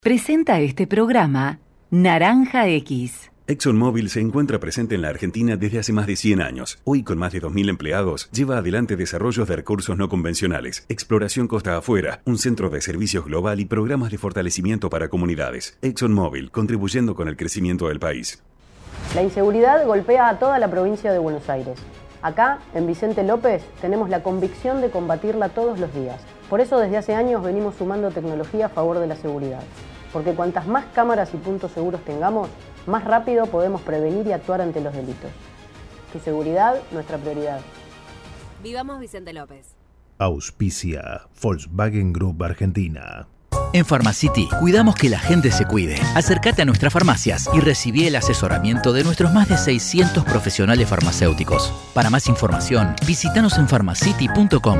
Presenta este programa Naranja X. ExxonMobil se encuentra presente en la Argentina desde hace más de 100 años. Hoy, con más de 2.000 empleados, lleva adelante desarrollos de recursos no convencionales, exploración costa afuera, un centro de servicios global y programas de fortalecimiento para comunidades. ExxonMobil, contribuyendo con el crecimiento del país. La inseguridad golpea a toda la provincia de Buenos Aires. Acá, en Vicente López, tenemos la convicción de combatirla todos los días. Por eso, desde hace años venimos sumando tecnología a favor de la seguridad. Porque cuantas más cámaras y puntos seguros tengamos, más rápido podemos prevenir y actuar ante los delitos. Tu seguridad, nuestra prioridad. Vivamos Vicente López. Auspicia Volkswagen Group Argentina. En Pharmacity cuidamos que la gente se cuide. Acércate a nuestras farmacias y recibí el asesoramiento de nuestros más de 600 profesionales farmacéuticos. Para más información, visítanos en pharmacity.com.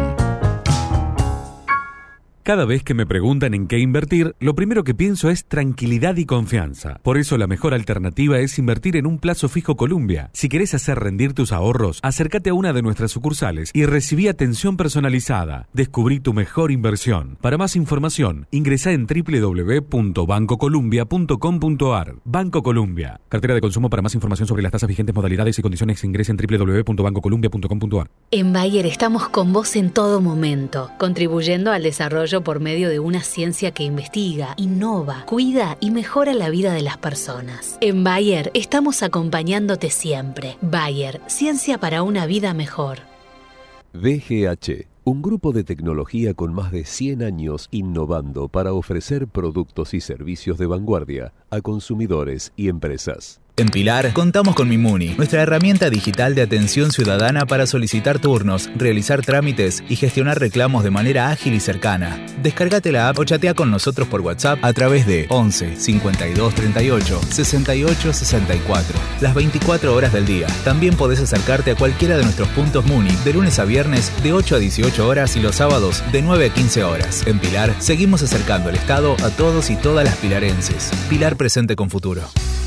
Cada vez que me preguntan en qué invertir, lo primero que pienso es tranquilidad y confianza. Por eso la mejor alternativa es invertir en un plazo fijo Columbia. Si querés hacer rendir tus ahorros, acércate a una de nuestras sucursales y recibí atención personalizada. Descubrí tu mejor inversión. Para más información, ingresá en www.bancocolumbia.com.ar. Banco Columbia. Cartera de consumo. Para más información sobre las tasas vigentes, modalidades y condiciones, ingresa en www.bancocolumbia.com.ar. En Bayer estamos con vos en todo momento, contribuyendo al desarrollo por medio de una ciencia que investiga, innova, cuida y mejora la vida de las personas. En Bayer estamos acompañándote siempre. Bayer, ciencia para una vida mejor. DGH, un grupo de tecnología con más de 100 años innovando para ofrecer productos y servicios de vanguardia a consumidores y empresas. En Pilar, contamos con Mimuni, nuestra herramienta digital de atención ciudadana para solicitar turnos, realizar trámites y gestionar reclamos de manera ágil y cercana. Descárgate la app o chatea con nosotros por WhatsApp a través de 11 52 38 68 64, las 24 horas del día. También podés acercarte a cualquiera de nuestros puntos Muni de lunes a viernes de 8 a 18 horas y los sábados de 9 a 15 horas. En Pilar, seguimos acercando el Estado a todos y todas las pilarenses. Pilar presente con futuro.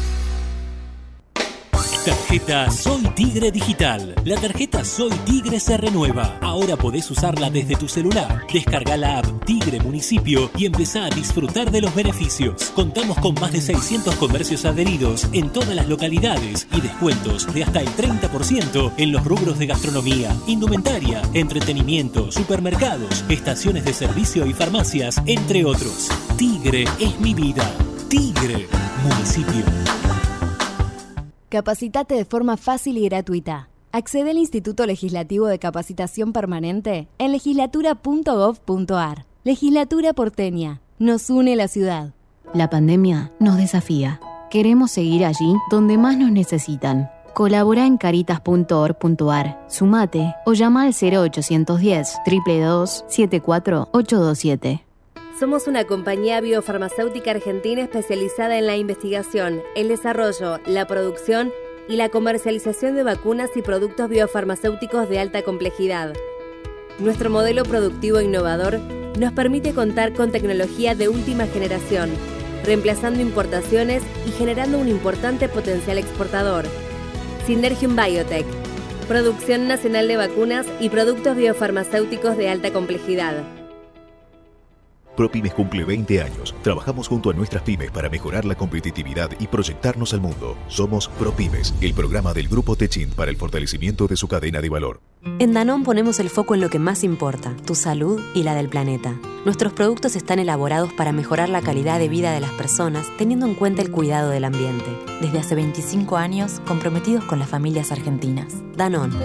Tarjeta Soy Tigre Digital. La tarjeta Soy Tigre se renueva. Ahora podés usarla desde tu celular. Descarga la app Tigre Municipio y empezá a disfrutar de los beneficios. Contamos con más de 600 comercios adheridos en todas las localidades y descuentos de hasta el 30% en los rubros de gastronomía, indumentaria, entretenimiento, supermercados, estaciones de servicio y farmacias, entre otros. Tigre es mi vida. Tigre Municipio. Capacitate de forma fácil y gratuita. Accede al Instituto Legislativo de Capacitación Permanente en legislatura.gov.ar. Legislatura porteña. Nos une la ciudad. La pandemia nos desafía. Queremos seguir allí donde más nos necesitan. Colabora en caritas.org.ar, sumate o llama al 0810 222 74827. Somos una compañía biofarmacéutica argentina especializada en la investigación, el desarrollo, la producción y la comercialización de vacunas y productos biofarmacéuticos de alta complejidad. Nuestro modelo productivo innovador nos permite contar con tecnología de última generación, reemplazando importaciones y generando un importante potencial exportador. Synergium Biotech, producción nacional de vacunas y productos biofarmacéuticos de alta complejidad. ProPymes cumple 20 años. Trabajamos junto a nuestras pymes para mejorar la competitividad y proyectarnos al mundo. Somos ProPymes, el programa del Grupo Techint para el fortalecimiento de su cadena de valor. En Danone ponemos el foco en lo que más importa, tu salud y la del planeta. Nuestros productos están elaborados para mejorar la calidad de vida de las personas, teniendo en cuenta el cuidado del ambiente. Desde hace 25 años, comprometidos con las familias argentinas. Danone.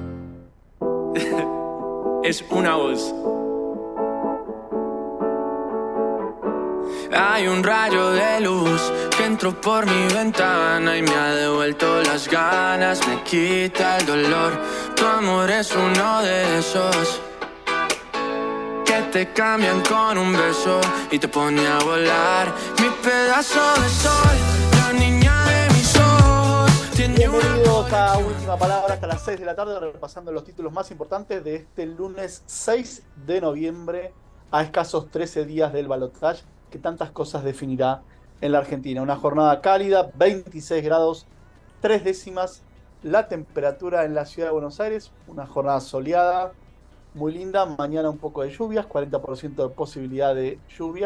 Es una voz. Hay un rayo de luz que entró por mi ventana y me ha devuelto las ganas, me quita el dolor. Tu amor es uno de esos que te cambian con un beso y te pone a volar. Mi pedazo de sol, la niña de mis ojos. Bienvenidos a Última Palabra hasta las 6 de la tarde, repasando los títulos más importantes de este lunes 6 de noviembre, a escasos 13 días del balotaje que tantas cosas definirá en la Argentina. Una jornada cálida, 26 grados 3 décimas la temperatura en la ciudad de Buenos Aires, una jornada soleada, muy linda. Mañana un poco de lluvias, 40% de posibilidad de lluvias.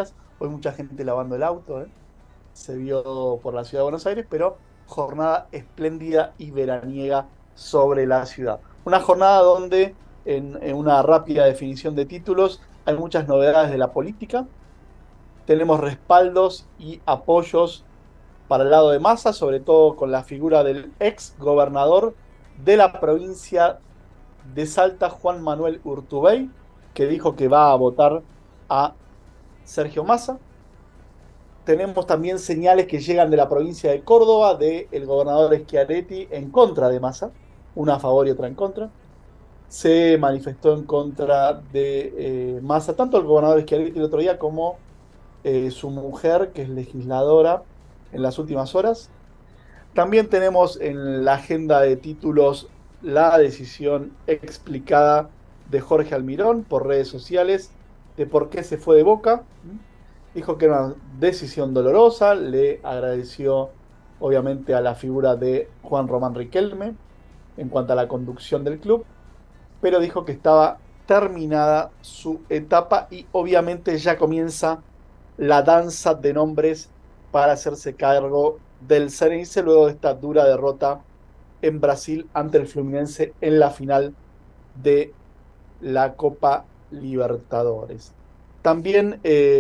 Hoy mucha gente lavando el auto, se vio por la ciudad de Buenos Aires, pero jornada espléndida y veraniega sobre la ciudad. Una jornada donde, en una rápida definición de títulos, hay muchas novedades de la política. Tenemos respaldos y apoyos para el lado de Massa, sobre todo con la figura del ex gobernador de la provincia de Salta, Juan Manuel Urtubey, que dijo que va a votar a Sergio Massa. Tenemos también señales que llegan de la provincia de Córdoba, del gobernador Schiaretti en contra de Massa, una a favor y otra en contra. Se manifestó en contra de Massa, tanto el gobernador Schiaretti el otro día como su mujer, que es legisladora, en las últimas horas. También tenemos en la agenda de títulos la decisión explicada de Jorge Almirón por redes sociales de por qué se fue de Boca. Dijo que era una decisión dolorosa, le agradeció obviamente a la figura de Juan Román Riquelme en cuanto a la conducción del club, pero dijo que estaba terminada su etapa y obviamente ya comienza la danza de nombres para hacerse cargo del Ceneice luego de esta dura derrota en Brasil ante el Fluminense en la final de la Copa Libertadores. También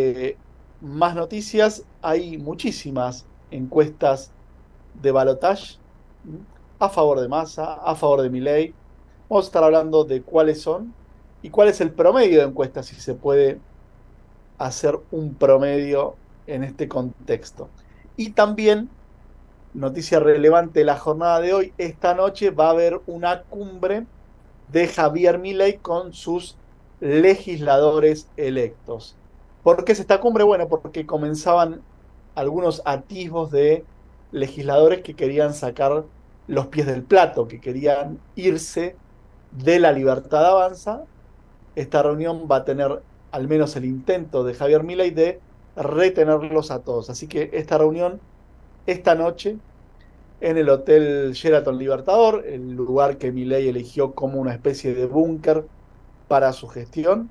más noticias, hay muchísimas encuestas de balotage a favor de Massa, a favor de Milei. Vamos a estar hablando de cuáles son y cuál es el promedio de encuestas, si se puede hacer un promedio en este contexto. Y también, noticia relevante de la jornada de hoy, esta noche va a haber una cumbre de Javier Milei con sus legisladores electos. ¿Por qué es esta cumbre? Bueno, porque comenzaban algunos atisbos de legisladores que querían sacar los pies del plato, que querían irse de la Libertad Avanza. Esta reunión va a tener al menos el intento de Javier Milei de retenerlos a todos. Así que esta reunión, esta noche, en el Hotel Sheraton Libertador, el lugar que Milei eligió como una especie de búnker para su gestión,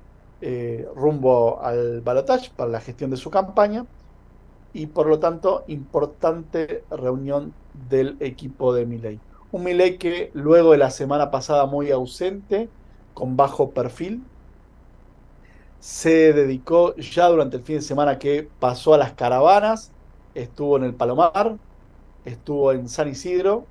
rumbo al balotaje, para la gestión de su campaña, y por lo tanto, importante reunión del equipo de Milei. Un Milei que luego de la semana pasada muy ausente, con bajo perfil, se dedicó ya durante el fin de semana que pasó a las caravanas, estuvo en el Palomar, estuvo en San Isidro,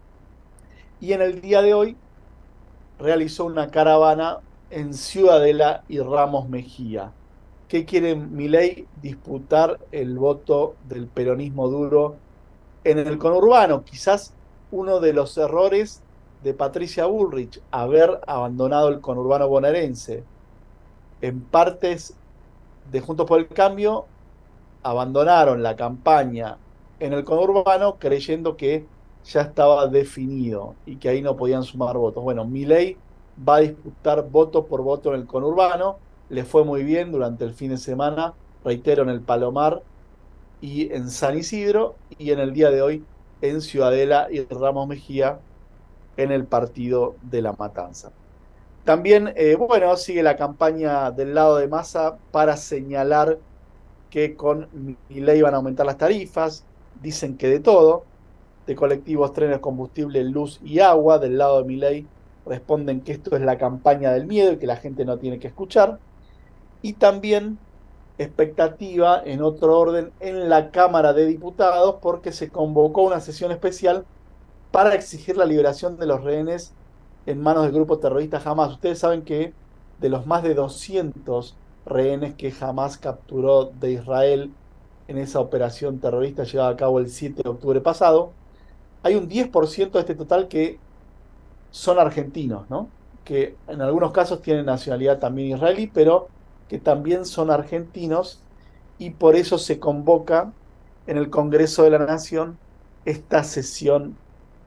y en el día de hoy realizó una caravana en Ciudadela y Ramos Mejía. ¿Qué quiere Milei? Disputar el voto del peronismo duro en el conurbano. Quizás uno de los errores de Patricia Bullrich, haber abandonado el conurbano bonaerense. En partes de Juntos por el Cambio abandonaron la campaña en el conurbano creyendo que ya estaba definido y que ahí no podían sumar votos. Bueno, Milei va a disputar voto por voto en el conurbano. Le fue muy bien durante el fin de semana, reitero, en el Palomar y en San Isidro, y en el día de hoy en Ciudadela y Ramos Mejía en el partido de La Matanza. También, sigue la campaña del lado de Massa para señalar que con Milei van a aumentar las tarifas, dicen que de todo, de colectivos, trenes, combustible, luz y agua. Del lado de Milei responden que esto es la campaña del miedo y que la gente no tiene que escuchar. Y también expectativa en otro orden en la Cámara de Diputados, porque se convocó una sesión especial para exigir la liberación de los rehenes en manos del grupo terrorista Hamas. Ustedes saben que de los más de 200 rehenes que Hamas capturó de Israel en esa operación terrorista llevada a cabo el 7 de octubre pasado, hay un 10% de este total que son argentinos, ¿no? Que en algunos casos tienen nacionalidad también israelí, pero que también son argentinos, y por eso se convoca en el Congreso de la Nación esta sesión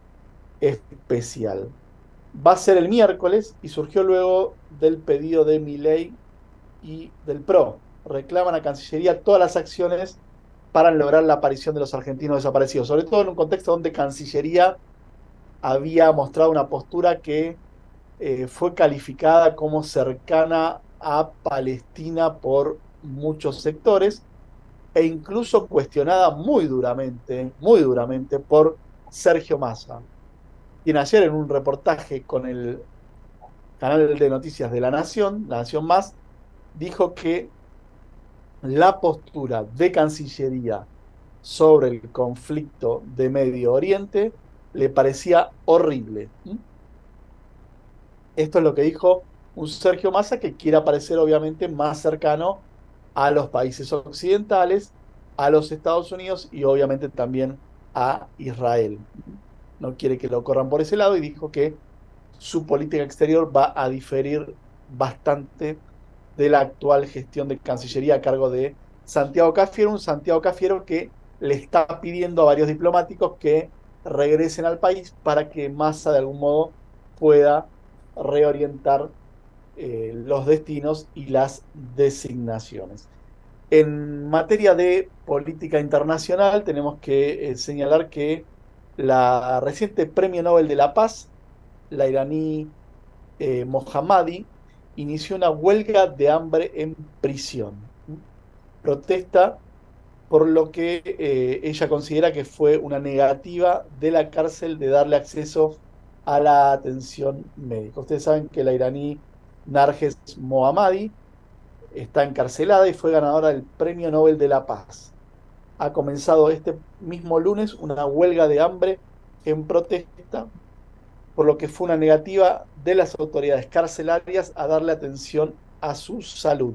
especial. Va a ser el miércoles y surgió luego del pedido de Milei y del PRO. Reclaman a Cancillería todas las acciones para lograr la aparición de los argentinos desaparecidos, sobre todo en un contexto donde Cancillería había mostrado una postura que fue calificada como cercana a Palestina por muchos sectores, e incluso cuestionada muy duramente por Sergio Massa, quien ayer en un reportaje con el canal de noticias de La Nación Más, dijo que la postura de Cancillería sobre el conflicto de Medio Oriente le parecía horrible. Esto es lo que dijo un Sergio Massa que quiere parecer obviamente más cercano a los países occidentales, a los Estados Unidos y obviamente también a Israel. No quiere que lo corran por ese lado y dijo que su política exterior va a diferir bastante de la actual gestión de Cancillería a cargo de Santiago Cafiero, un Santiago Cafiero que le está pidiendo a varios diplomáticos que regresen al país para que Massa de algún modo pueda reorientar los destinos y las designaciones. En materia de política internacional tenemos que señalar que la reciente Premio Nobel de la Paz, la iraní Mohammadi, inició una huelga de hambre en prisión. Protesta por lo que ella considera que fue una negativa de la cárcel de darle acceso a la atención médica. Ustedes saben que la iraní Narges Mohammadi está encarcelada y fue ganadora del Premio Nobel de la Paz. Ha comenzado este mismo lunes una huelga de hambre en protesta por lo que fue una negativa de las autoridades carcelarias a darle atención a su salud.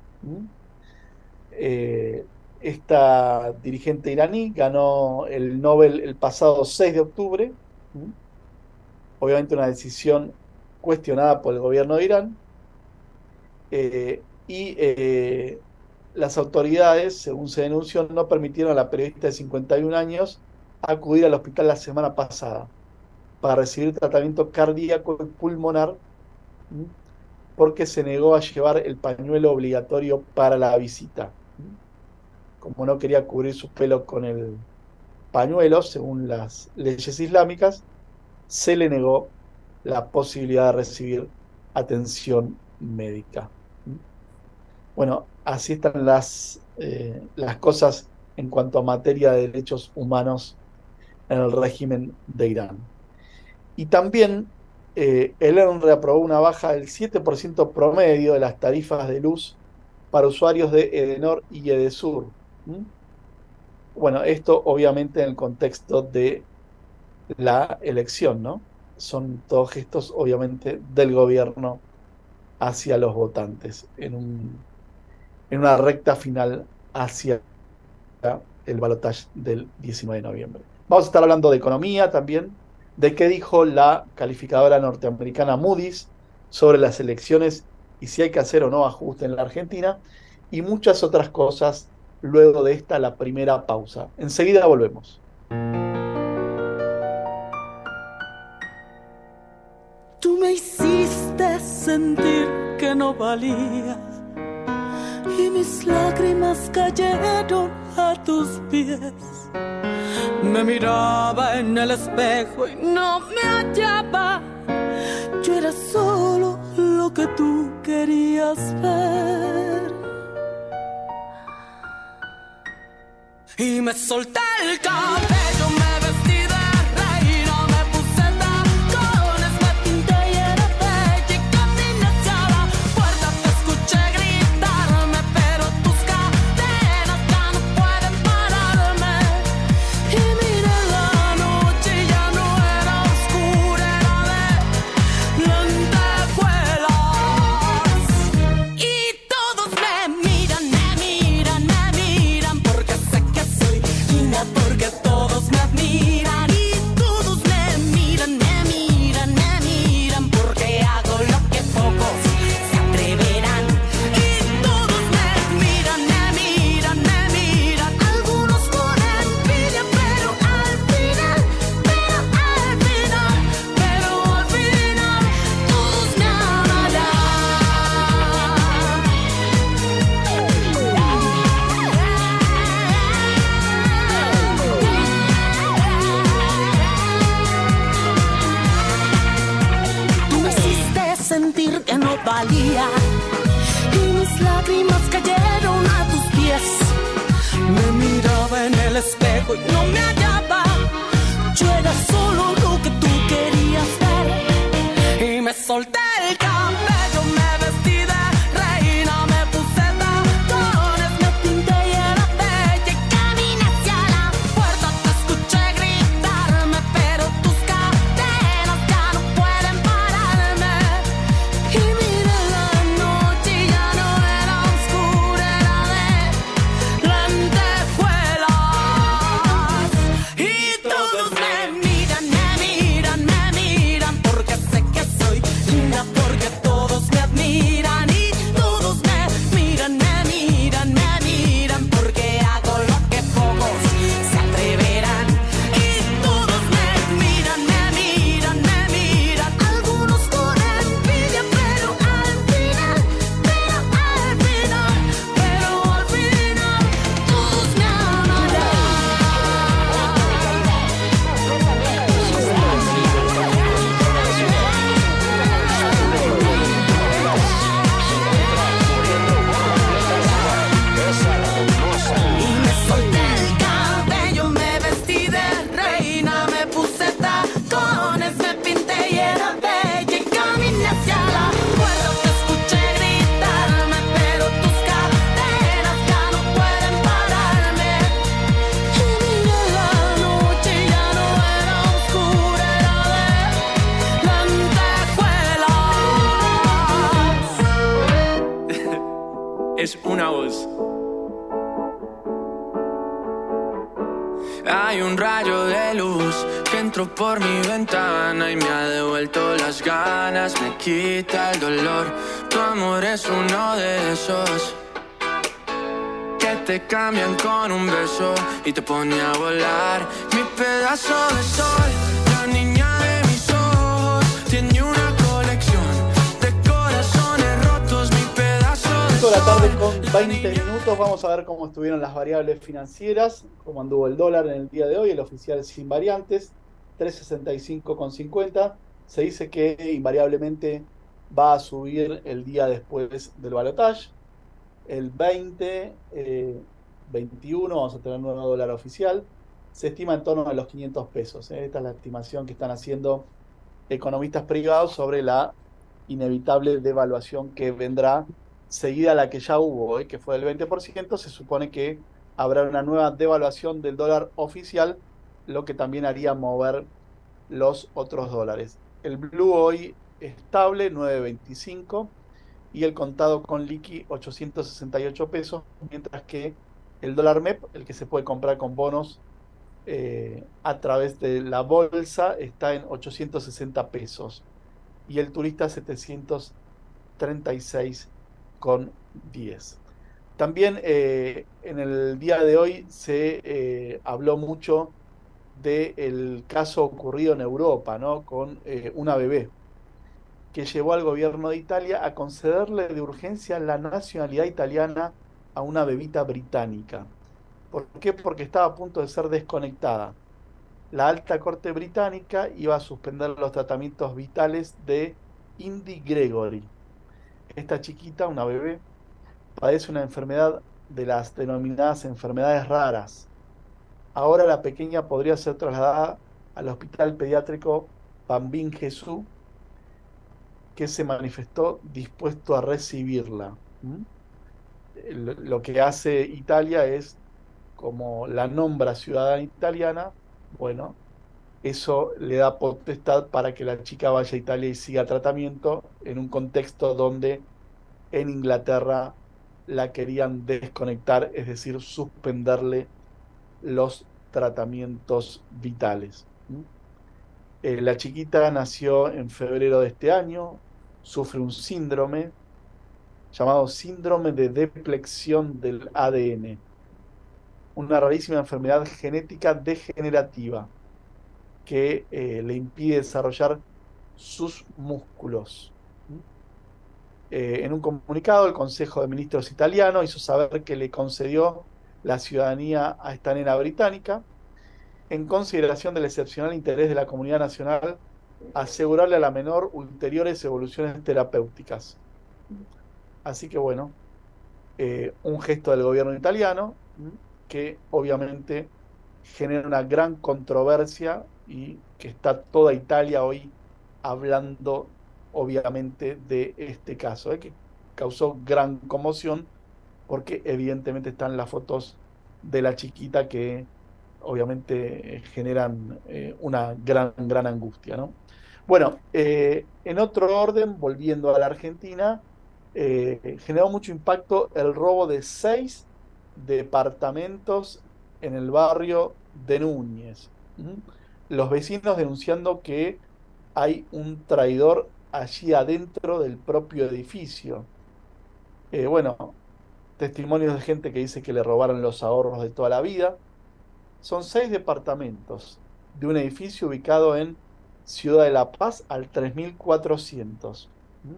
Esta dirigente iraní ganó el Nobel el pasado 6 de octubre, obviamente una decisión cuestionada por el gobierno de Irán, y las autoridades, según se denunció, no permitieron a la periodista de 51 años acudir al hospital la semana pasada para recibir tratamiento cardíaco y pulmonar, porque se negó a llevar el pañuelo obligatorio para la visita. Como no quería cubrir su pelo con el pañuelo, según las leyes islámicas, se le negó la posibilidad de recibir atención médica. Bueno, así están las cosas en cuanto a materia de derechos humanos en el régimen de Irán. Y también el ENRE aprobó una baja del 7% promedio de las tarifas de luz para usuarios de Edenor y Edesur. Bueno, esto obviamente en el contexto de la elección, ¿no? Son todos gestos obviamente del gobierno hacia los votantes en una recta final hacia el balotaje del 19 de noviembre. Vamos a estar hablando de economía también, de qué dijo la calificadora norteamericana Moody's sobre las elecciones y si hay que hacer o no ajuste en la Argentina, y muchas otras cosas luego de esta, la primera pausa. Enseguida volvemos. Tú me hiciste sentir que no valía y mis lágrimas cayeron a tus pies. Me miraba en el espejo y no me hallaba. Yo era solo lo que tú querías ver. Y me solté el cabello, me vestí de reina, me puse tacones, me pinté y era bella y caminé hacia la puerta. Te escuché gritarme, pero tus cadenas ya no pueden pararme. Y miré la noche y ya no era oscura, era de lentejuelas. Y todos me miran porque sé que soy linda, porque todos me admiran. espejo y no me hallaba. Yo era solo lo que tú querías ver. Y me solté el cabello, me vestí de reina, me puse tacones, me pinté y era bella y caminé hacia la puerta. Te escuché gritarme, pero tus cadenas ya no pueden pararme. Y miré la noche y ya no era oscura, era de lentejuelas. Y todos me miran, porque sé que soy linda, porque todos me admiran. Y todos me miran, porque hago lo que pocos se atreverán. Y todos me miran, algunos con envidia, pero al final, todos me amarán. Y me solté el cabello, me vestí de reina, me puse tacones, me pinté y era bella y caminé hacia la puerta. Te escuché gritarme, pero tus cadenas ya no pueden pararme. Y miré la noche y ya no era oscura, era de lentejuelas. Es una voz. Hay un rayo de luz que entró por mi ventana y me ha devuelto las ganas, me quita el dolor. Tu amor es uno de esos que te cambian con un beso y te pone a volar. Mi pedazo de sol, la niña de mis ojos, tiene una colección de corazones rotos. Mi pedazo de 5 de la tarde sol. con 20 minutos. Vamos a ver cómo estuvieron las variables financieras, cómo anduvo el dólar en el día de hoy, el oficial sin variantes, 3.65,50. Se dice que invariablemente va a subir el día después del balotaje. El 21 vamos a tener nuevo dólar oficial. Se estima en torno a los 500 pesos. Esta es la estimación que están haciendo economistas privados sobre la inevitable devaluación que vendrá seguida a la que ya hubo, que fue del 20%. Se supone que habrá una nueva devaluación del dólar oficial, lo que también haría mover los otros dólares. El blue hoy estable, 9.25, y el contado con liqui, 868 pesos, mientras que el dólar MEP, el que se puede comprar con bonos a través de la bolsa, está en 860 pesos, y el turista 736,10. También en el día de hoy se habló mucho del caso ocurrido en Europa, ¿no? Con una bebé que llevó al gobierno de Italia a concederle de urgencia la nacionalidad italiana a una bebita británica. ¿Por qué? Porque estaba a punto de ser desconectada. La alta corte británica iba a suspender los tratamientos vitales de Indi Gregory. Esta chiquita, una bebé, padece una enfermedad de las denominadas enfermedades raras. Ahora la pequeña podría ser trasladada al hospital pediátrico Bambin Gesù, que se manifestó dispuesto a recibirla. Lo que hace Italia es, como la nombra ciudadana italiana, bueno, eso le da potestad para que la chica vaya a Italia y siga tratamiento en un contexto donde en Inglaterra la querían desconectar, es decir, suspenderle los tratamientos vitales. La chiquita nació en febrero de este año, sufre un síndrome llamado síndrome de deplexión del ADN, una rarísima enfermedad genética degenerativa que le impide desarrollar sus músculos. En un comunicado, el Consejo de Ministros italiano hizo saber que le concedió la ciudadanía a esta nena británica en consideración del excepcional interés de la comunidad nacional a asegurarle a la menor ulteriores evoluciones terapéuticas. Así que bueno, un gesto del gobierno italiano que obviamente genera una gran controversia y que está toda Italia hoy hablando, obviamente, de este caso, que causó gran conmoción porque evidentemente están las fotos de la chiquita que obviamente generan una gran angustia, ¿no? Bueno, en otro orden, volviendo a la Argentina, generó mucho impacto el robo de 6 departamentos en el barrio de Núñez. Los vecinos denunciando que hay un traidor allí adentro del propio edificio. Bueno, testimonios de gente que dice que le robaron los ahorros de toda la vida. Son 6 departamentos de un edificio ubicado en Ciudad de La Paz al 3400.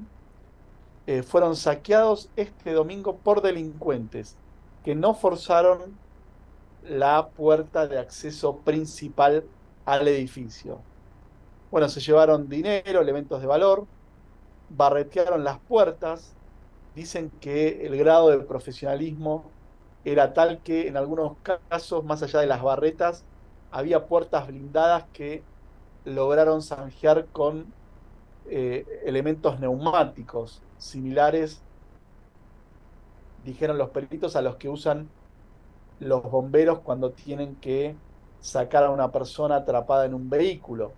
Fueron saqueados este domingo por delincuentes que no forzaron la puerta de acceso principal al edificio. Bueno, se llevaron dinero, elementos de valor, barretearon las puertas. Dicen que el grado de profesionalismo era tal que en algunos casos, más allá de las barretas, había puertas blindadas que lograron zanjear con elementos neumáticos similares, dijeron los peritos, a los que usan los bomberos cuando tienen que sacar a una persona atrapada en un vehículo.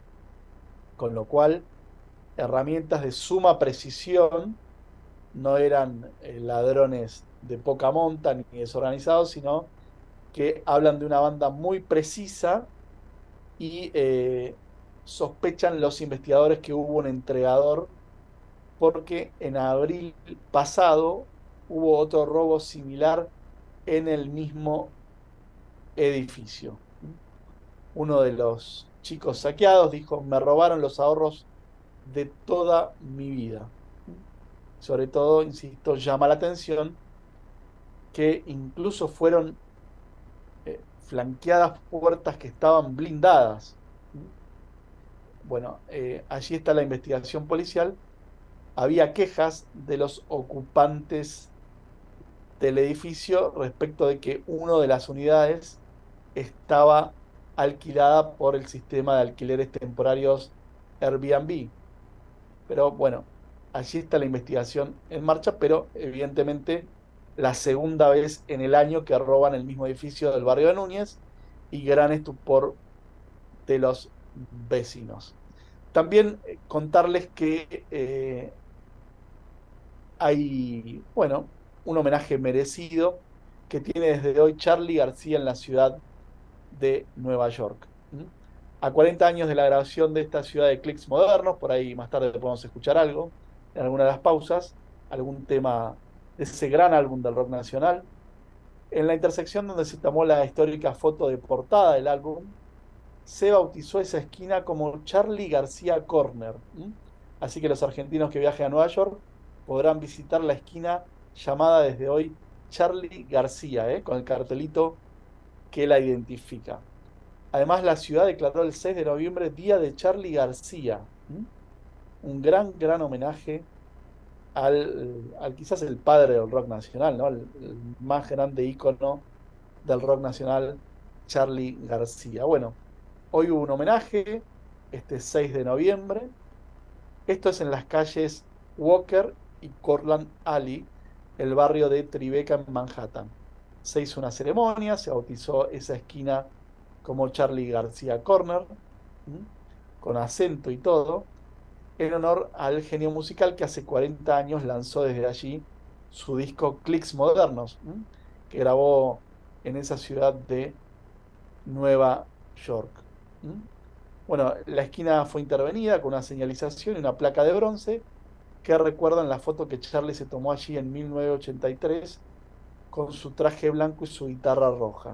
Con lo cual, herramientas de suma precisión, no eran ladrones de poca monta ni desorganizados, sino que hablan de una banda muy precisa y sospechan los investigadores que hubo un entregador porque en abril pasado hubo otro robo similar en el mismo edificio. Uno de los chicos saqueados dijo: me robaron los ahorros de toda mi vida. Sobre todo, insisto, llama la atención que incluso fueron flanqueadas puertas que estaban blindadas. Bueno, allí está la investigación policial. Había quejas de los ocupantes del edificio respecto de que una de las unidades estaba alquilada por el sistema de alquileres temporarios Airbnb. Pero bueno, allí está la investigación en marcha, pero evidentemente la segunda vez en el año que roban el mismo edificio del barrio de Núñez, y gran estupor de los vecinos. También contarles que hay, bueno, un homenaje merecido que tiene desde hoy Charly García en la ciudad de Nueva York. A 40 años de la grabación de esta ciudad de clics modernos, por ahí más tarde podemos escuchar algo, en alguna de las pausas, algún tema de ese gran álbum del rock nacional. En la intersección donde se tomó la histórica foto de portada del álbum, se bautizó esa esquina como Charly García Corner. Así que los argentinos que viajen a Nueva York podrán visitar la esquina llamada desde hoy Charly García, con el cartelito que la identifica. Además, la ciudad declaró el 6 de noviembre Día de Charly García. Un gran homenaje al quizás el padre del rock nacional, ¿no? El más grande ícono del rock nacional, Charly García. Bueno, hoy hubo un homenaje, este 6 de noviembre. Esto es en las calles Walker y Cortlandt Alley, el barrio de Tribeca en Manhattan. Se hizo una ceremonia, se bautizó esa esquina como Charly García Corner, con acento y todo, en honor al genio musical que hace 40 años lanzó desde allí su disco Clics Modernos, que grabó en esa ciudad de Nueva York. Bueno, la esquina fue intervenida con una señalización y una placa de bronce que recuerdan la foto que Charly se tomó allí en 1983 con su traje blanco y su guitarra roja.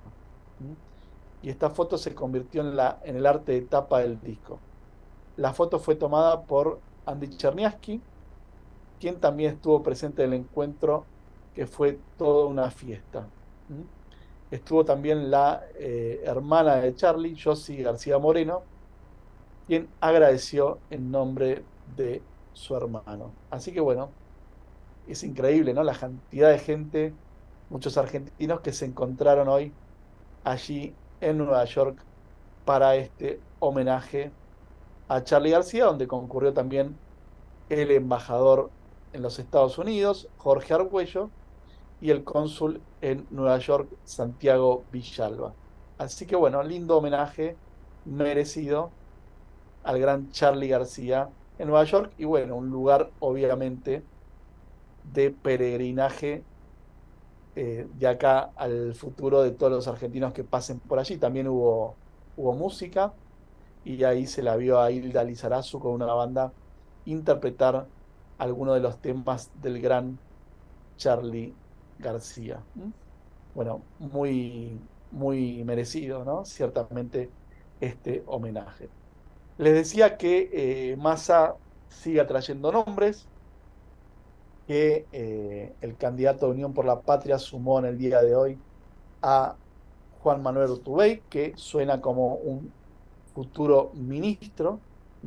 Y esta foto se convirtió en el arte de tapa del disco. La foto fue tomada por Andy Cherniavsky, quien también estuvo presente en el encuentro, que fue toda una fiesta. Estuvo también la hermana de Charly, Josie García Moreno, quien agradeció en nombre de su hermano. Así que bueno, es increíble, ¿no? La cantidad de gente, muchos argentinos que se encontraron hoy allí en Nueva York para este homenaje a Charly García, donde concurrió también el embajador en los Estados Unidos, Jorge Argüello, y el cónsul en Nueva York, Santiago Villalba. Así que bueno, lindo homenaje merecido al gran Charly García en Nueva York, y bueno, un lugar obviamente de peregrinaje de acá al futuro de todos los argentinos que pasen por allí. También hubo música, y ahí se la vio a Hilda Lizarazu con una banda interpretar algunos de los temas del gran Charly García. Bueno, muy, muy merecido, ¿no? Ciertamente este homenaje. Les decía que Massa sigue atrayendo nombres, que el candidato de Unión por la Patria sumó en el día de hoy a Juan Manuel Urtubey, que suena como un futuro ministro.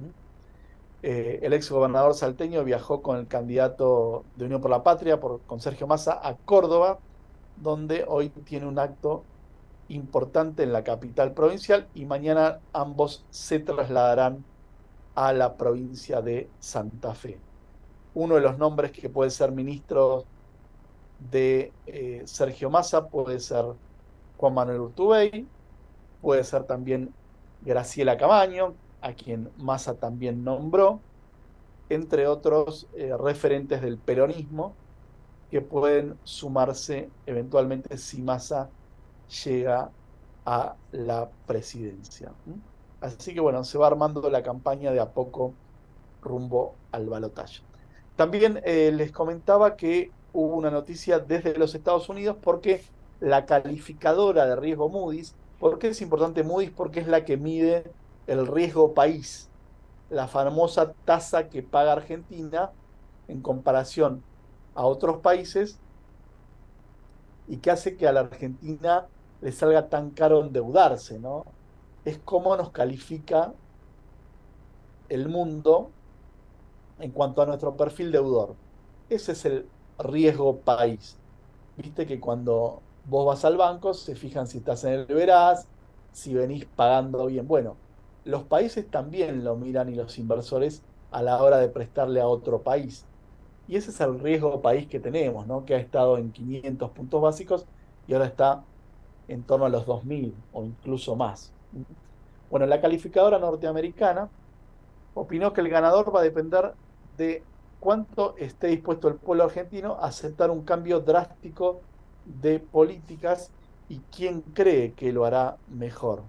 El ex gobernador salteño viajó con el candidato de Unión por la Patria, con Sergio Massa, a Córdoba, donde hoy tiene un acto importante en la capital provincial, y mañana ambos se trasladarán a la provincia de Santa Fe. Uno de los nombres que puede ser ministro de Sergio Massa puede ser Juan Manuel Urtubey, puede ser también Graciela Camaño, a quien Massa también nombró, entre otros referentes del peronismo que pueden sumarse eventualmente si Massa llega a la presidencia. Así que bueno, se va armando la campaña de a poco rumbo al balotaje. También les comentaba que hubo una noticia desde los Estados Unidos, porque la calificadora de riesgo Moody's, ¿por qué es importante Moody's? Porque es la que mide el riesgo país, la famosa tasa que paga Argentina en comparación a otros países, y que hace que a la Argentina le salga tan caro endeudarse, ¿no? Es cómo nos califica el mundo en cuanto a nuestro perfil deudor. Ese es el riesgo país. Viste que cuando vos vas al banco se fijan si estás en el veraz, si venís pagando bien. Bueno, los países también lo miran, y los inversores, a la hora de prestarle a otro país. Y ese es el riesgo país que tenemos, ¿no? Que ha estado en 500 puntos básicos y ahora está en torno a los 2000 o incluso más. Bueno, la calificadora norteamericana opinó que el ganador va a depender de cuánto esté dispuesto el pueblo argentino a aceptar un cambio drástico de políticas y quién cree que lo hará mejor.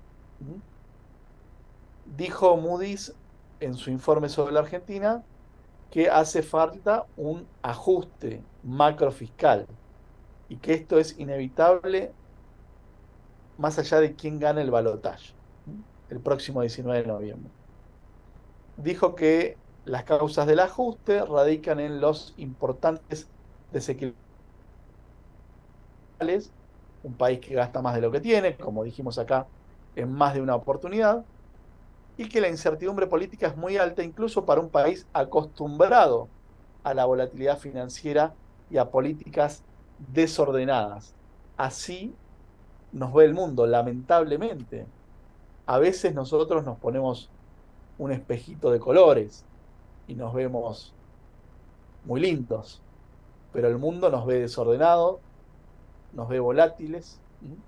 Dijo Moody's en su informe sobre la Argentina que hace falta un ajuste macrofiscal y que esto es inevitable más allá de quién gane el balotaje el próximo 19 de noviembre. Dijo que las causas del ajuste radican en los importantes desequilibrios, un país que gasta más de lo que tiene, como dijimos acá, en más de una oportunidad, y que la incertidumbre política es muy alta incluso para un país acostumbrado a la volatilidad financiera y a políticas desordenadas. Así nos ve el mundo, lamentablemente. A veces nosotros nos ponemos un espejito de colores y nos vemos muy lindos, pero el mundo nos ve desordenado, nos ve volátiles,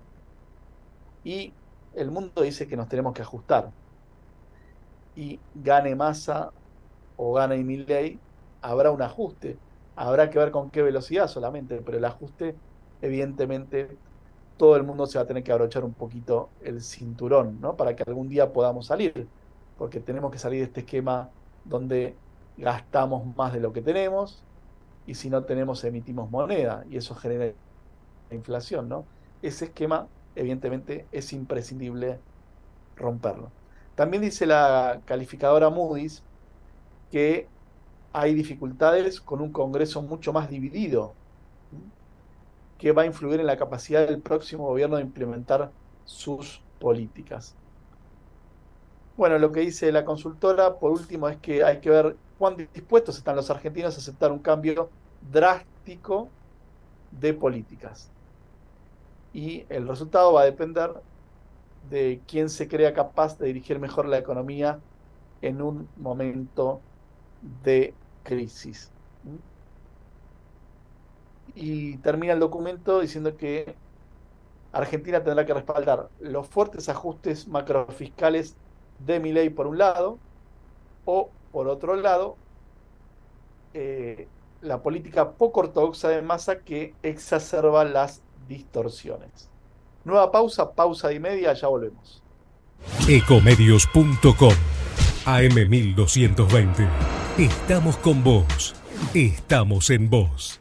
y el mundo dice que nos tenemos que ajustar. Y gane Massa o gane Milei, habrá un ajuste. Habrá que ver con qué velocidad solamente, pero el ajuste, evidentemente, todo el mundo se va a tener que abrochar un poquito el cinturón, ¿no? Para que algún día podamos salir, porque tenemos que salir de este esquema donde gastamos más de lo que tenemos, y si no tenemos, emitimos moneda, y eso genera inflación, ¿no? Ese esquema, evidentemente, es imprescindible romperlo. También dice la calificadora Moody's que hay dificultades con un Congreso mucho más dividido, que va a influir en la capacidad del próximo gobierno de implementar sus políticas. Bueno, lo que dice la consultora, por último, es que hay que ver cuán dispuestos están los argentinos a aceptar un cambio drástico de políticas. Y el resultado va a depender de quién se crea capaz de dirigir mejor la economía en un momento de crisis. Y termina el documento diciendo que Argentina tendrá que respaldar los fuertes ajustes macrofiscales de Milei por un lado, o por otro lado, la política poco ortodoxa de Massa que exacerba las distorsiones. Nueva pausa y media, ya volvemos. Ecomedios.com AM1220. Estamos con vos. Estamos en vos.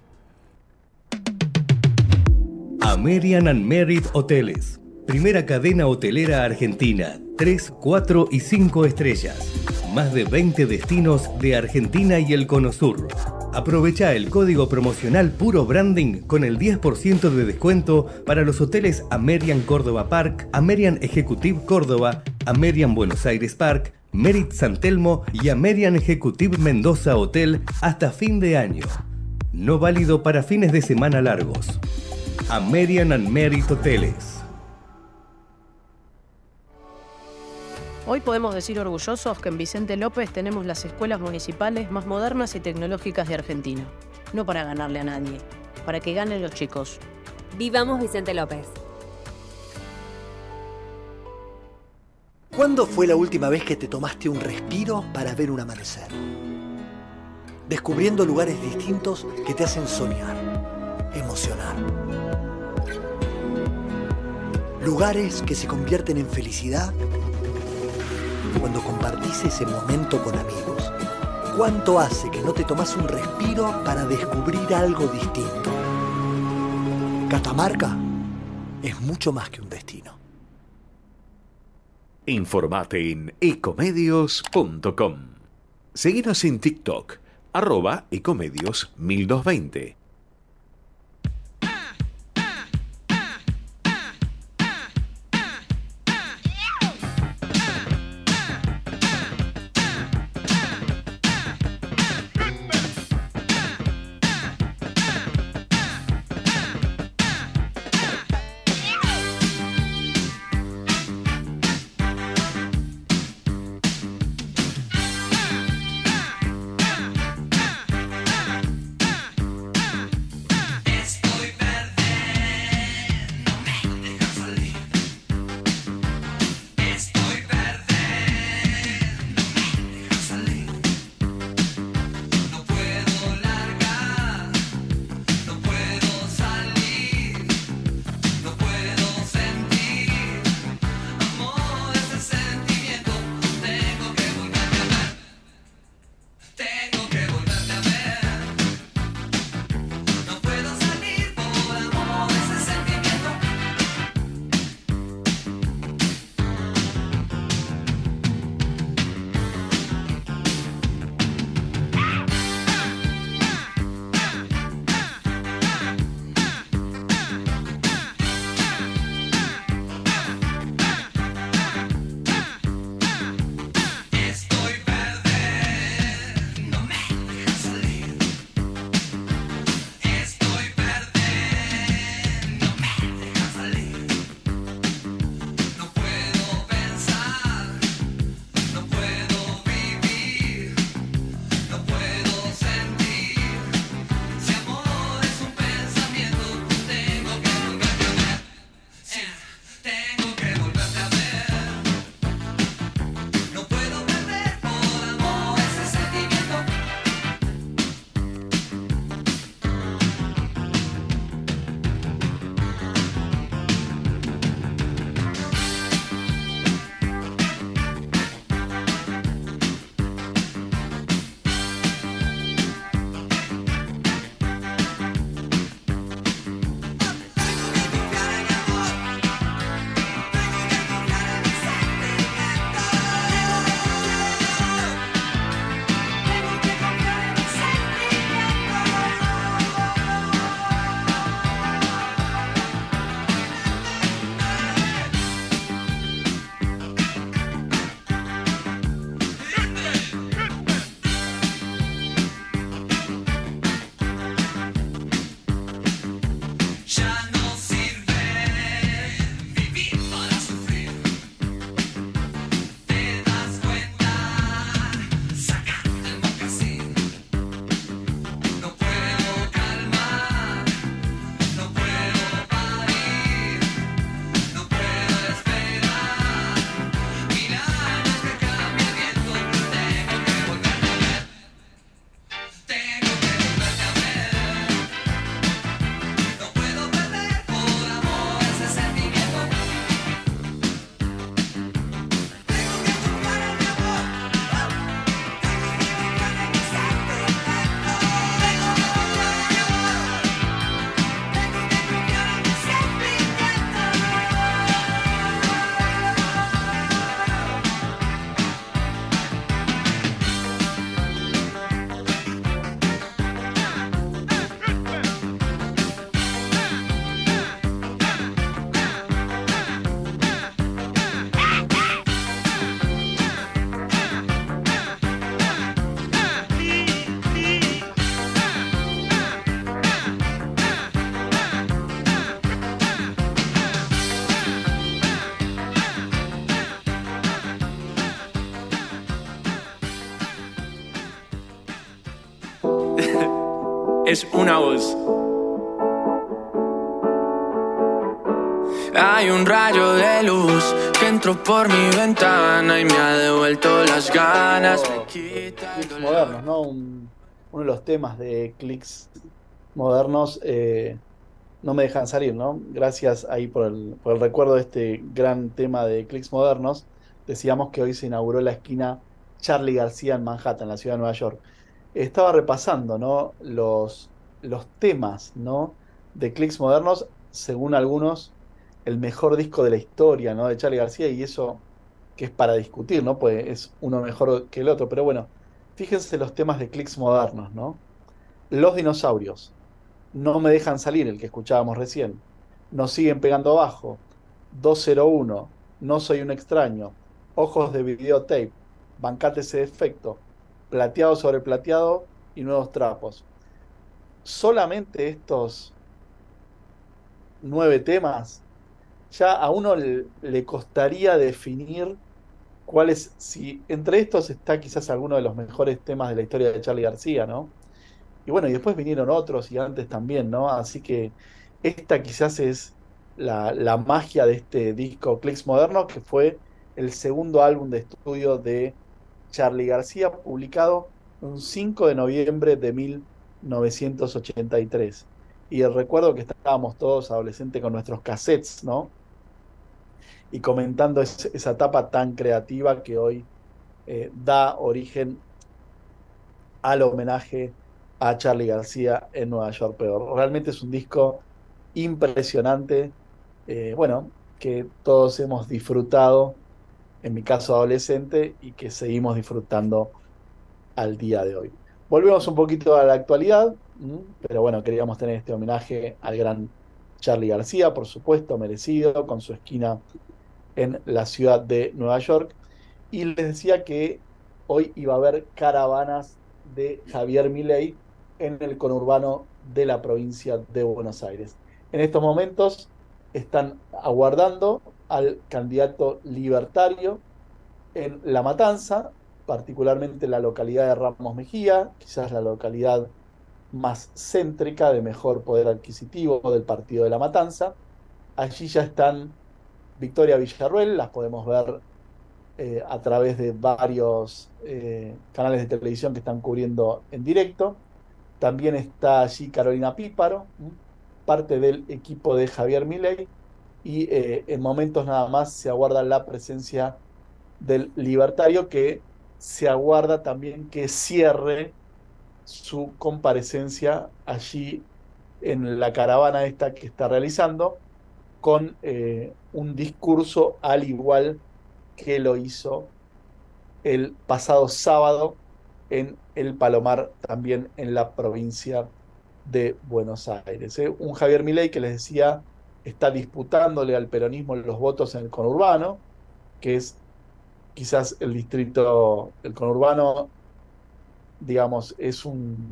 American and Merit Hoteles. Primera cadena hotelera argentina. 3, 4 y 5 estrellas. Más de 20 destinos de Argentina y el Cono Sur. Aprovecha el código promocional Puro Branding con el 10% de descuento para los hoteles American Córdoba Park, American Executive Córdoba, American Buenos Aires Park, Merit San Telmo y American Executive Mendoza Hotel hasta fin de año. No válido para fines de semana largos. American and Merit Hoteles. Hoy podemos decir orgullosos que en Vicente López tenemos las escuelas municipales más modernas y tecnológicas de Argentina. No para ganarle a nadie, para que ganen los chicos. Vivamos Vicente López. ¿Cuándo fue la última vez que te tomaste un respiro para ver un amanecer? Descubriendo lugares distintos que te hacen soñar, emocionar. Lugares que se convierten en felicidad cuando compartís ese momento con amigos. ¿Cuánto hace que no te tomás un respiro para descubrir algo distinto? Catamarca es mucho más que un destino. Informate en ecomedios.com. Seguinos en TikTok, @ecomedios1220. es una voz. Hay un rayo de luz que entró por mi ventana y me ha devuelto las ganas. Me quita el Clics dolor. modernos, ¿no? Uno de los temas de clics modernos no me dejan salir, ¿no? Gracias ahí por el recuerdo de este gran tema de clics modernos. Decíamos que hoy se inauguró la esquina Charly García en Manhattan, la ciudad de Nueva York. Estaba repasando, ¿no? los temas, ¿no? de clics modernos, según algunos, el mejor disco de la historia, ¿no? de Charly García, y eso que es para discutir, ¿no? Pues es uno mejor que el otro. Pero bueno, fíjense los temas de clics modernos, ¿no? Los dinosaurios. No me dejan salir, el que escuchábamos recién. Nos siguen pegando abajo. 201. No soy un extraño. Ojos de videotape. Bancate ese defecto. Plateado sobre plateado y nuevos trapos. Solamente estos 9 temas, ya a uno le costaría definir cuáles, si entre estos está quizás alguno de los mejores temas de la historia de Charly García, ¿no? Y bueno, y después vinieron otros y antes también, ¿no? Así que esta quizás es la magia de este disco Clics Modernos, que fue el segundo álbum de estudio de Charly García, publicado un 5 de noviembre de 1983. Y el recuerdo que estábamos todos adolescentes con nuestros cassettes, ¿no? Y comentando esa etapa tan creativa que hoy da origen al homenaje a Charly García en Nueva York. Pero realmente es un disco impresionante, bueno, que todos hemos disfrutado, en mi caso adolescente, y que seguimos disfrutando al día de hoy. Volvemos un poquito a la actualidad, pero bueno, queríamos tener este homenaje al gran Charly García, por supuesto, merecido, con su esquina en la ciudad de Nueva York. Y les decía que hoy iba a haber caravanas de Javier Milei en el conurbano de la provincia de Buenos Aires. En estos momentos están aguardando al candidato libertario en La Matanza, particularmente en la localidad de Ramos Mejía, quizás la localidad más céntrica, de mejor poder adquisitivo del partido de La Matanza. Allí ya están Victoria Villarruel, las podemos ver a través de varios canales de televisión que están cubriendo en directo. También está allí Carolina Píparo, parte del equipo de Javier Milei, y en momentos nada más se aguarda la presencia del libertario, que se aguarda también que cierre su comparecencia allí en la caravana esta que está realizando, con un discurso al igual que lo hizo el pasado sábado en el Palomar, también en la provincia de Buenos Aires. Un Javier Milei que les decía está disputándole al peronismo los votos en el conurbano, que es quizás el distrito, el conurbano, digamos, es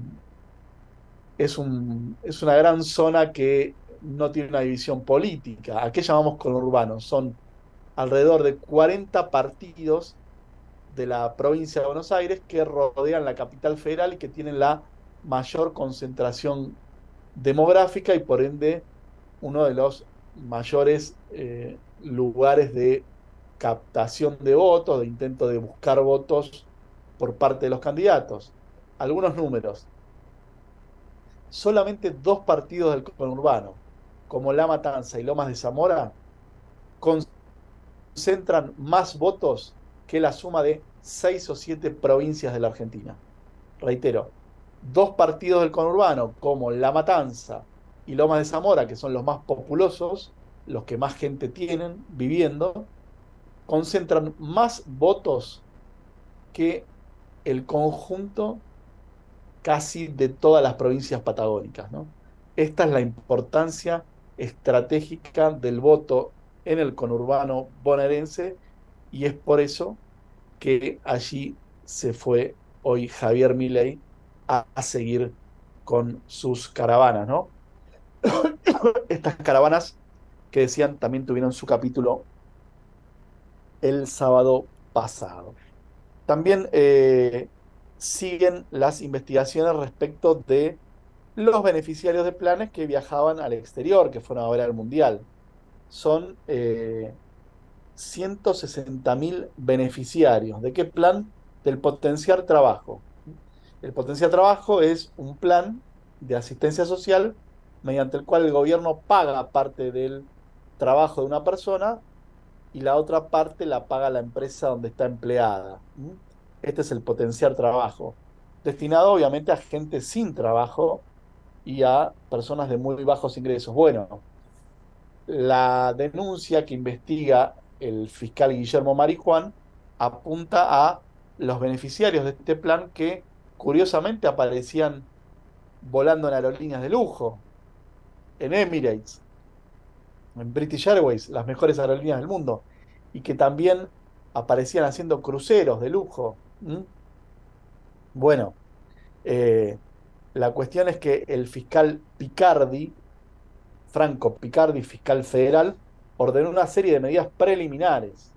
una gran zona que no tiene una división política. ¿A qué llamamos conurbano? Son alrededor de 40 partidos de la provincia de Buenos Aires que rodean la capital federal y que tienen la mayor concentración demográfica y por ende uno de los mayores lugares de captación de votos, de intento de buscar votos por parte de los candidatos. Algunos números. Solamente 2 partidos del conurbano, como La Matanza y Lomas de Zamora, concentran más votos que la suma de 6 o 7 provincias de la Argentina. Reitero, 2 partidos del conurbano, como La Matanza y Lomas de Zamora, que son los más populosos, los que más gente tienen viviendo, concentran más votos que el conjunto casi de todas las provincias patagónicas, ¿no? Esta es la importancia estratégica del voto en el conurbano bonaerense, y es por eso que allí se fue hoy Javier Milei a seguir con sus caravanas, ¿no? Estas caravanas que decían también tuvieron su capítulo el sábado pasado. También siguen las investigaciones respecto de los beneficiarios de planes que viajaban al exterior, que fueron a ver al Mundial. Son 160.000 beneficiarios. ¿De qué plan? Del Potenciar Trabajo. El Potenciar Trabajo es un plan de asistencia social mediante el cual el gobierno paga parte del trabajo de una persona y la otra parte la paga la empresa donde está empleada. Este es el Potenciar Trabajo, destinado obviamente a gente sin trabajo y a personas de muy bajos ingresos. Bueno, la denuncia que investiga el fiscal Guillermo Marijuán apunta a los beneficiarios de este plan que curiosamente aparecían volando en aerolíneas de lujo, en Emirates, en British Airways, las mejores aerolíneas del mundo, y que también aparecían haciendo cruceros de lujo. Bueno, la cuestión es que el fiscal Picardi, Franco Picardi, fiscal federal, ordenó una serie de medidas preliminares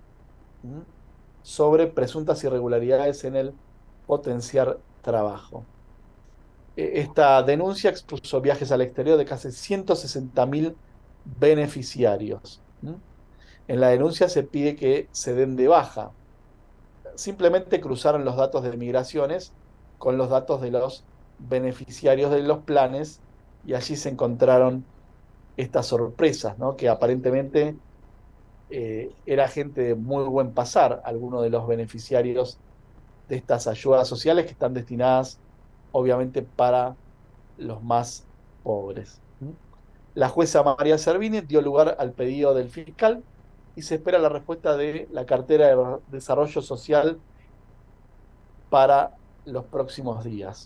sobre presuntas irregularidades en el Potenciar Trabajo. Esta denuncia expuso viajes al exterior de casi 160.000 beneficiarios. En la denuncia se pide que se den de baja. Simplemente cruzaron los datos de migraciones con los datos de los beneficiarios de los planes y allí se encontraron estas sorpresas, ¿no? Que aparentemente era gente de muy buen pasar, algunos de los beneficiarios de estas ayudas sociales que están destinadas obviamente para los más pobres. La jueza María Servini dio lugar al pedido del fiscal y se espera la respuesta de la cartera de Desarrollo Social para los próximos días.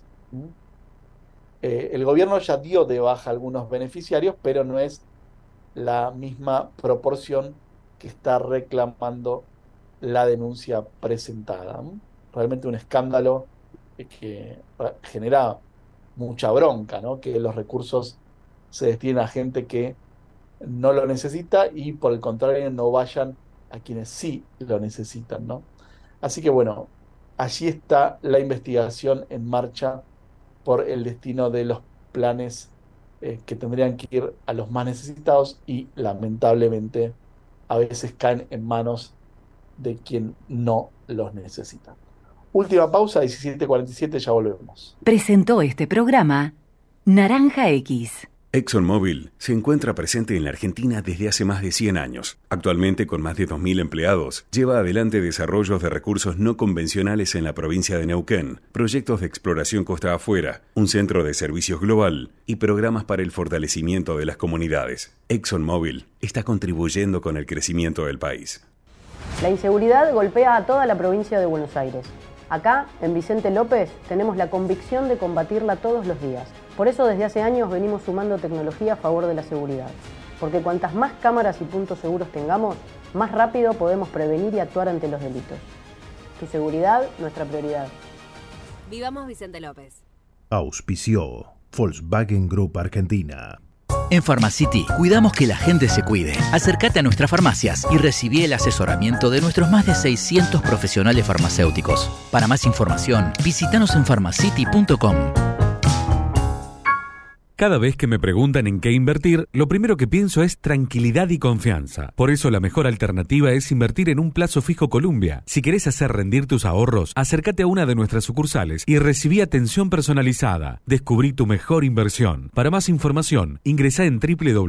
El gobierno ya dio de baja a algunos beneficiarios, pero no es la misma proporción que está reclamando la denuncia presentada. Realmente un escándalo que genera mucha bronca, ¿no? Que los recursos se destinen a gente que no lo necesita y por el contrario no vayan a quienes sí lo necesitan, ¿no? Así que bueno, allí está la investigación en marcha por el destino de los planes que tendrían que ir a los más necesitados y lamentablemente a veces caen en manos de quien no los necesita. Última pausa, 17:47, ya volvemos. Presentó este programa Naranja X. ExxonMobil se encuentra presente en la Argentina desde hace más de 100 años. Actualmente, con más de 2.000 empleados, lleva adelante desarrollos de recursos no convencionales en la provincia de Neuquén, proyectos de exploración costa afuera, un centro de servicios global y programas para el fortalecimiento de las comunidades. ExxonMobil está contribuyendo con el crecimiento del país. La inseguridad golpea a toda la provincia de Buenos Aires. Acá, en Vicente López, tenemos la convicción de combatirla todos los días. Por eso desde hace años venimos sumando tecnología a favor de la seguridad. Porque cuantas más cámaras y puntos seguros tengamos, más rápido podemos prevenir y actuar ante los delitos. Tu seguridad, nuestra prioridad. Vivamos Vicente López. Auspició Volkswagen Group Argentina. En Pharmacity cuidamos que la gente se cuide. Acércate a nuestras farmacias y recibí el asesoramiento de nuestros más de 600 profesionales farmacéuticos. Para más información, visítanos en pharmacity.com. Cada vez que me preguntan en qué invertir, lo primero que pienso es tranquilidad y confianza. Por eso la mejor alternativa es invertir en un plazo fijo Columbia. Si querés hacer rendir tus ahorros, acércate a una de nuestras sucursales y recibí atención personalizada. Descubrí tu mejor inversión. Para más información, ingresá en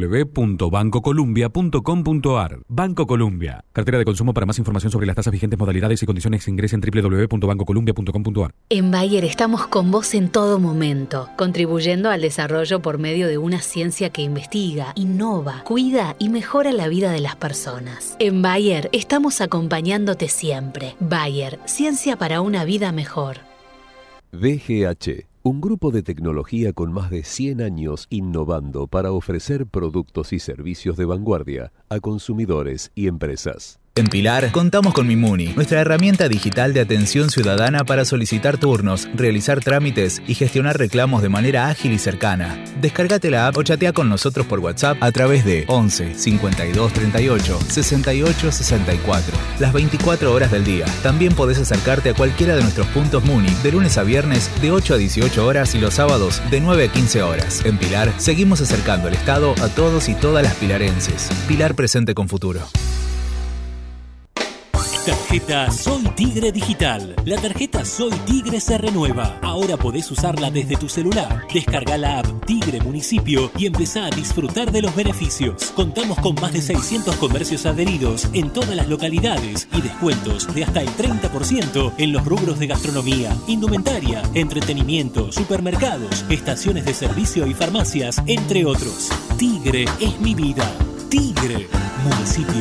www.bancocolumbia.com.ar. Banco Columbia. Cartera de consumo. Para más información sobre las tasas vigentes, modalidades y condiciones, ingresa en www.bancocolumbia.com.ar. En Bayer estamos con vos en todo momento, contribuyendo al desarrollo por medio de una ciencia que investiga, innova, cuida y mejora la vida de las personas. En Bayer estamos acompañándote siempre. Bayer, ciencia para una vida mejor. VGH, un grupo de tecnología con más de 100 años innovando para ofrecer productos y servicios de vanguardia a consumidores y empresas. En Pilar, contamos con Mimuni, nuestra herramienta digital de atención ciudadana para solicitar turnos, realizar trámites y gestionar reclamos de manera ágil y cercana. Descárgate la app o chatea con nosotros por WhatsApp a través de 11 52 38 68 64. Las 24 horas del día. También podés acercarte a cualquiera de nuestros puntos Muni de lunes a viernes de 8 a 18 horas y los sábados de 9 a 15 horas. En Pilar, seguimos acercando el Estado a todos y todas las pilarenses. Pilar presente con futuro. Tarjeta Soy Tigre Digital. La tarjeta Soy Tigre se renueva. Ahora podés usarla desde tu celular. Descarga la app Tigre Municipio y empezá a disfrutar de los beneficios. Contamos con más de 600 comercios adheridos en todas las localidades y descuentos de hasta el 30% en los rubros de gastronomía, indumentaria, entretenimiento, supermercados, estaciones de servicio y farmacias, entre otros. Tigre es mi vida. Tigre Municipio.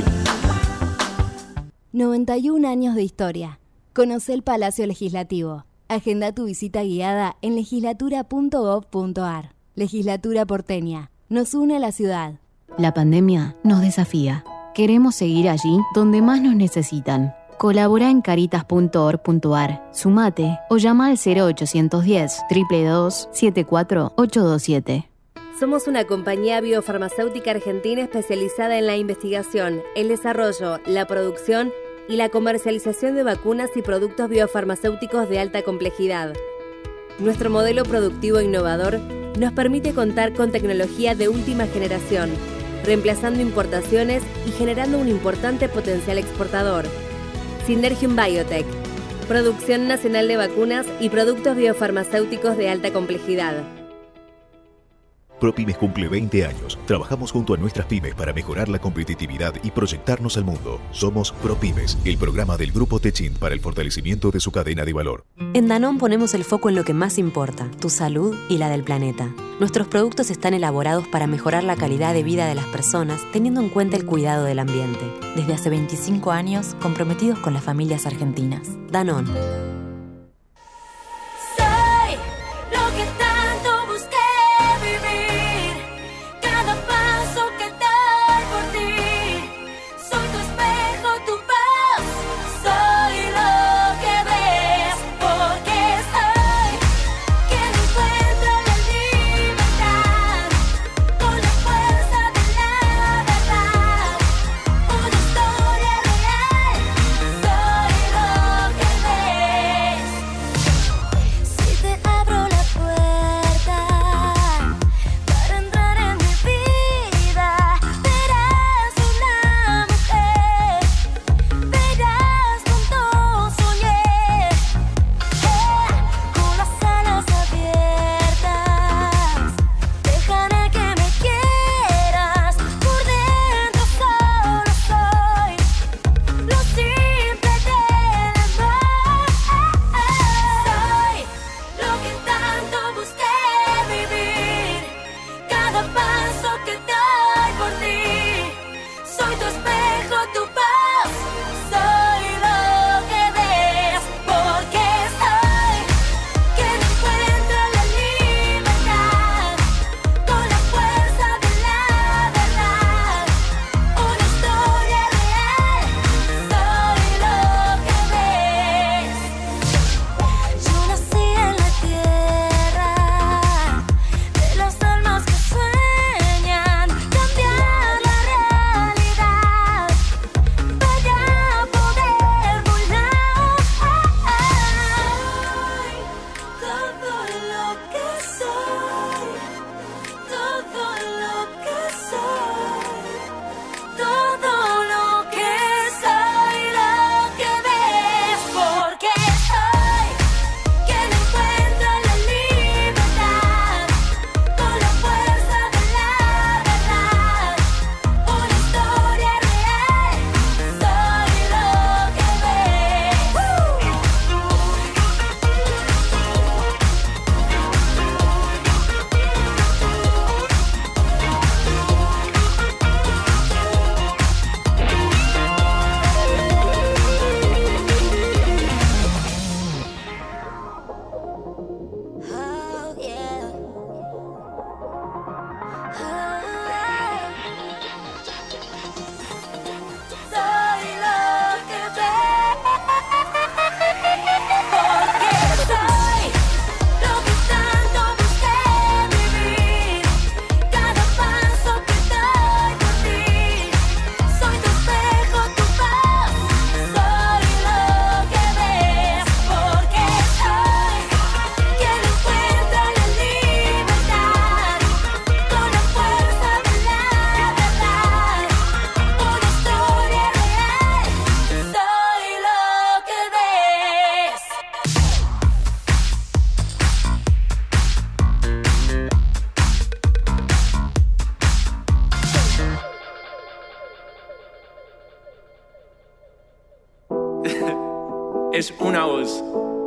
91 años de historia. Conoce el Palacio Legislativo. Agenda tu visita guiada en legislatura.gov.ar. Legislatura porteña. Nos une a la ciudad. La pandemia nos desafía. Queremos seguir allí donde más nos necesitan. Colabora en caritas.org.ar, sumate o llama al 0810 222 74827. Somos una compañía biofarmacéutica argentina especializada en la investigación, el desarrollo, la producción y la comercialización de vacunas y productos biofarmacéuticos de alta complejidad. Nuestro modelo productivo innovador nos permite contar con tecnología de última generación, reemplazando importaciones y generando un importante potencial exportador. Synergium Biotech, producción nacional de vacunas y productos biofarmacéuticos de alta complejidad. ProPymes cumple 20 años. Trabajamos junto a nuestras pymes para mejorar la competitividad y proyectarnos al mundo. Somos ProPymes, el programa del Grupo Techint para el fortalecimiento de su cadena de valor. En Danone ponemos el foco en lo que más importa, tu salud y la del planeta. Nuestros productos están elaborados para mejorar la calidad de vida de las personas, teniendo en cuenta el cuidado del ambiente. Desde hace 25 años, comprometidos con las familias argentinas. Danone. Soy lo que tanto busqué vivir. Cada paso que doy por ti. Soy tu espejo, tu voz. Soy lo que ves. Porque soy quien encuentra la libertad con la fuerza de la verdad. Una historia real. Soy lo que ves. Es una voz.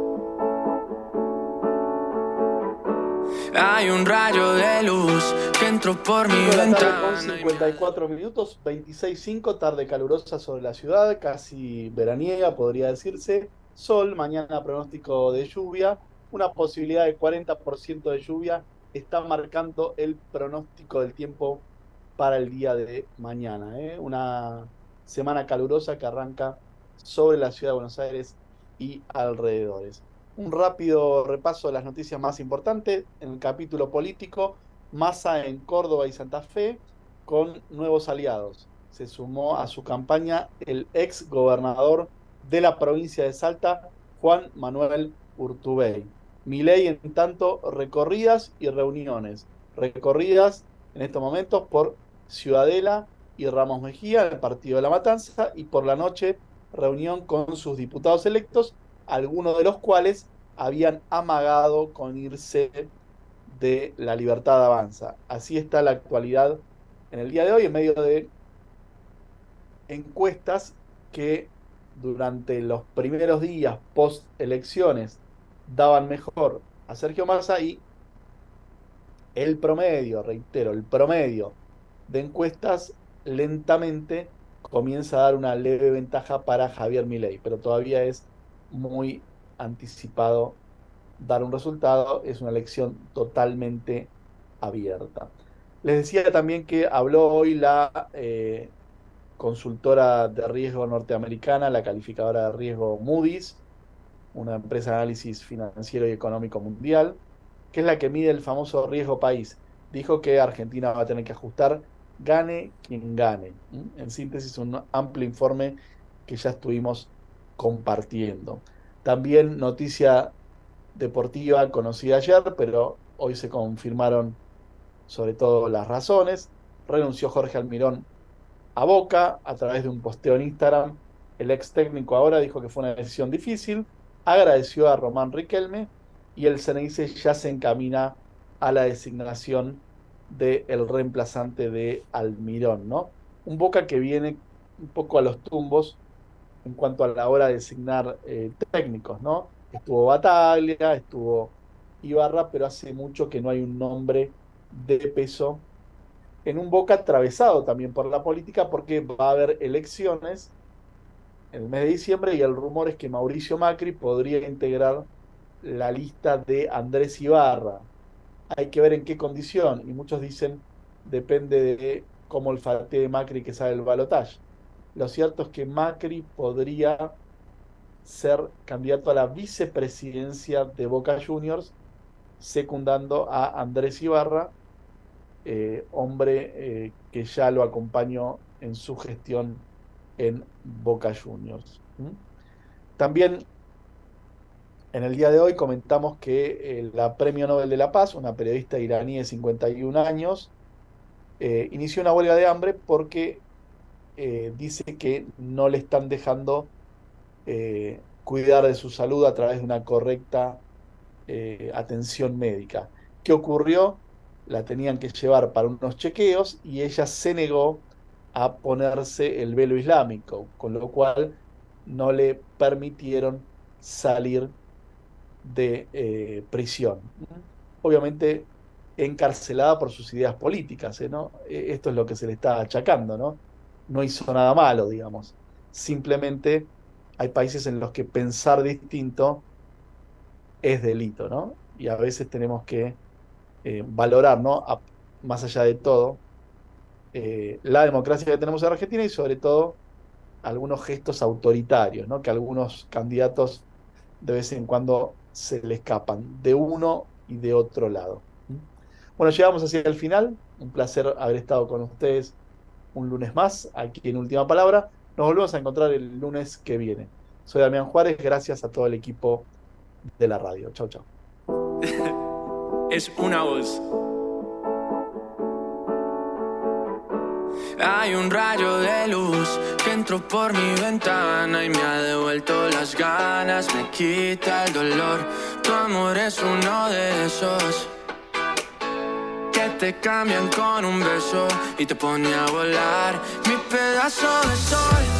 Hay un rayo de luz que entró por mi ventana. Con 54 minutos, 26:05, tarde calurosa sobre la ciudad, casi veraniega podría decirse. Sol, mañana pronóstico de lluvia, una posibilidad de 40% de lluvia. Está marcando el pronóstico del tiempo para el día de mañana. Una semana calurosa que arranca sobre la ciudad de Buenos Aires y alrededores. Un rápido repaso de las noticias más importantes. En el capítulo político, Massa en Córdoba y Santa Fe con nuevos aliados. Se sumó a su campaña el ex gobernador de la provincia de Salta, Juan Manuel Urtubey. Milei, en tanto, recorridas y reuniones. Recorridas en estos momentos por Ciudadela y Ramos Mejía, el partido de La Matanza, y por la noche reunión con sus diputados electos, algunos de los cuales habían amagado con irse de La Libertad Avanza. Así está la actualidad en el día de hoy, en medio de encuestas que durante los primeros días post elecciones daban mejor a Sergio Massa, y el promedio, reitero, el promedio de encuestas lentamente comienza a dar una leve ventaja para Javier Milei, pero todavía es muy anticipado dar un resultado. Es una elección totalmente abierta. Les decía también que habló hoy la consultora de riesgo norteamericana, la calificadora de riesgo Moody's, una empresa de análisis financiero y económico mundial, que es la que mide el famoso riesgo país. Dijo que Argentina va a tener que ajustar, gane quien gane. En síntesis, un amplio informe que ya estuvimos compartiendo. También noticia deportiva conocida ayer, pero hoy se confirmaron sobre todo las razones. Renunció Jorge Almirón a Boca a través de un posteo en Instagram. El ex técnico ahora dijo que fue una decisión difícil, agradeció a Román Riquelme, y el Ceneice ya se encamina a la designación del reemplazante de Almirón, ¿no? Un Boca que viene un poco a los tumbos en cuanto a la hora de designar técnicos, ¿no? Estuvo Bataglia, estuvo Ibarra, pero hace mucho que no hay un nombre de peso en un Boca atravesado también por la política, porque va a haber elecciones en el mes de diciembre y el rumor es que Mauricio Macri podría integrar la lista de Andrés Ibarra. Hay que ver en qué condición, y muchos dicen depende de cómo olfatee Macri que sale el balotaje. Lo cierto es que Macri podría ser candidato a la vicepresidencia de Boca Juniors, secundando a Andrés Ibarra, hombre que ya lo acompañó en su gestión en Boca Juniors. También en el día de hoy comentamos que la Premio Nobel de la Paz, una periodista iraní de 51 años, inició una huelga de hambre porque dice que no le están dejando cuidar de su salud a través de una correcta atención médica. ¿Qué ocurrió? La tenían que llevar para unos chequeos y ella se negó a ponerse el velo islámico, con lo cual no le permitieron salir de prisión. Obviamente encarcelada por sus ideas políticas, ¿no? Esto es lo que se le está achacando, ¿no? No hizo nada malo, digamos. Simplemente hay países en los que pensar distinto es delito, ¿no? Y a veces tenemos que valorar, ¿no? Más allá de todo, la democracia que tenemos en Argentina y sobre todo algunos gestos autoritarios, ¿no? Que algunos candidatos de vez en cuando se le escapan de uno y de otro lado. Bueno, llegamos hacia el final. Un placer haber estado con ustedes un lunes más aquí en Última Palabra. Nos volvemos a encontrar el lunes que viene. Soy Damián Juárez, gracias a todo el equipo de la radio. Chau, chau. Es una voz. Hay un rayo de luz que entró por mi ventana y me ha devuelto las ganas, me quita el dolor. Tu amor es uno de esos que te cambian con un beso y te pone a volar. Mi pedazo de sol.